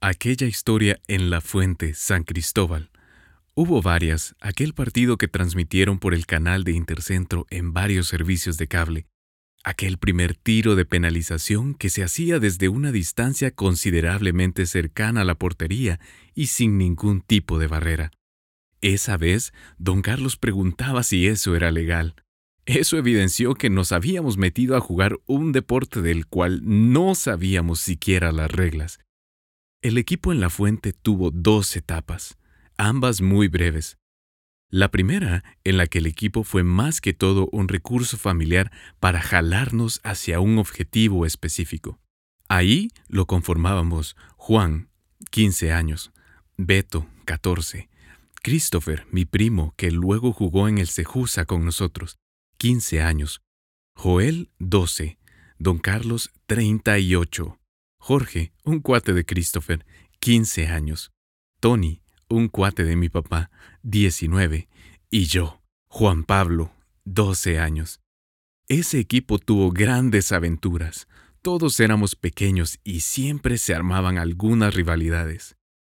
Aquella historia en La Fuente, San Cristóbal. Hubo varias, aquel partido que transmitieron por el canal de Intercentro en varios servicios de cable. Aquel primer tiro de penalización que se hacía desde una distancia considerablemente cercana a la portería y sin ningún tipo de barrera. Esa vez, don Carlos preguntaba si eso era legal. Eso evidenció que nos habíamos metido a jugar un deporte del cual no sabíamos siquiera las reglas. El equipo en La Fuente tuvo 2 etapas, ambas muy breves. La primera, en la que el equipo fue más que todo un recurso familiar para jalarnos hacia un objetivo específico. Ahí lo conformábamos Juan, 15 años, Beto, 14, Christopher, mi primo, que luego jugó en el Cejusa con nosotros, 15 años, Joel, 12, don Carlos, 38, Jorge, un cuate de Christopher, 15 años, Tony, un cuate de mi papá, 19, y yo, Juan Pablo, 12 años. Ese equipo tuvo grandes aventuras. Todos éramos pequeños y siempre se armaban algunas rivalidades.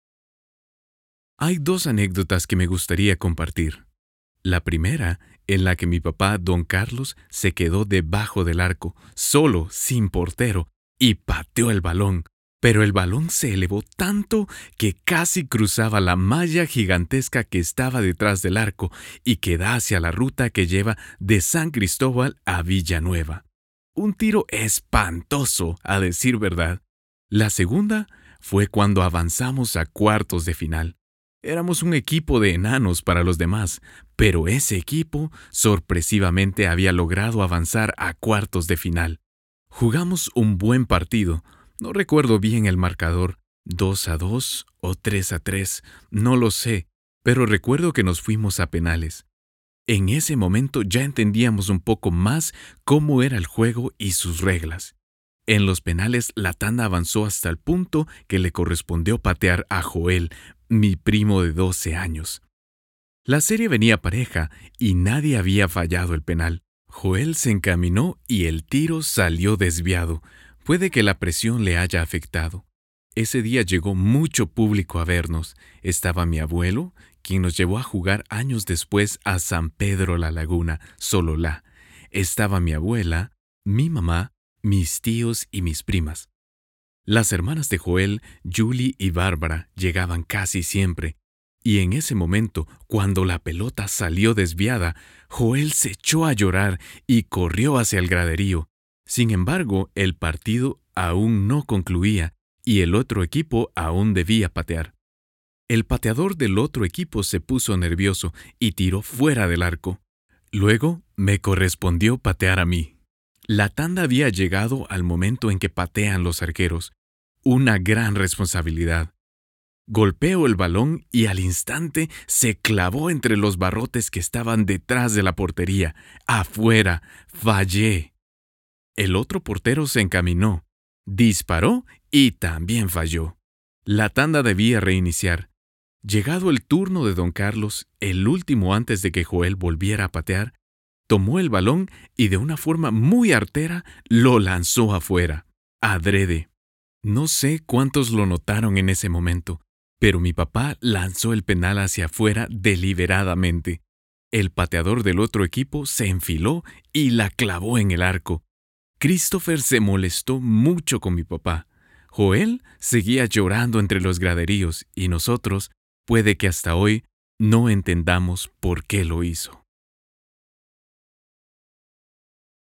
Hay 2 anécdotas que me gustaría compartir. La primera, en la que mi papá, don Carlos, se quedó debajo del arco, solo, sin portero, y pateó el balón. Pero el balón se elevó tanto que casi cruzaba la malla gigantesca que estaba detrás del arco y que da hacia la ruta que lleva de San Cristóbal a Villanueva. Un tiro espantoso, a decir verdad. La segunda fue cuando avanzamos a cuartos de final. Éramos un equipo de enanos para los demás, pero ese equipo sorpresivamente había logrado avanzar a cuartos de final. Jugamos un buen partido. No recuerdo bien el marcador, 2-2 o 3-3, no lo sé, pero recuerdo que nos fuimos a penales. En ese momento ya entendíamos un poco más cómo era el juego y sus reglas. En los penales la tanda avanzó hasta el punto que le correspondió patear a Joel, mi primo de 12 años. La serie venía pareja y nadie había fallado el penal. Joel se encaminó y el tiro salió desviado. Puede que la presión le haya afectado. Ese día llegó mucho público a vernos. Estaba mi abuelo, quien nos llevó a jugar años después a San Pedro La Laguna, Sololá. Estaba mi abuela, mi mamá, mis tíos y mis primas. Las hermanas de Joel, Julie y Bárbara, llegaban casi siempre. Y en ese momento, cuando la pelota salió desviada, Joel se echó a llorar y corrió hacia el graderío. Sin embargo, el partido aún no concluía y el otro equipo aún debía patear. El pateador del otro equipo se puso nervioso y tiró fuera del arco. Luego me correspondió patear a mí. La tanda había llegado al momento en que patean los arqueros. Una gran responsabilidad. Golpeó el balón y al instante se clavó entre los barrotes que estaban detrás de la portería. ¡Afuera! ¡Fallé! El otro portero se encaminó, disparó y también falló. La tanda debía reiniciar. Llegado el turno de don Carlos, el último antes de que Joel volviera a patear, tomó el balón y de una forma muy artera lo lanzó afuera, adrede. No sé cuántos lo notaron en ese momento, pero mi papá lanzó el penal hacia afuera deliberadamente. El pateador del otro equipo se enfiló y la clavó en el arco. Christopher se molestó mucho con mi papá. Joel seguía llorando entre los graderíos y nosotros, puede que hasta hoy, no entendamos por qué lo hizo.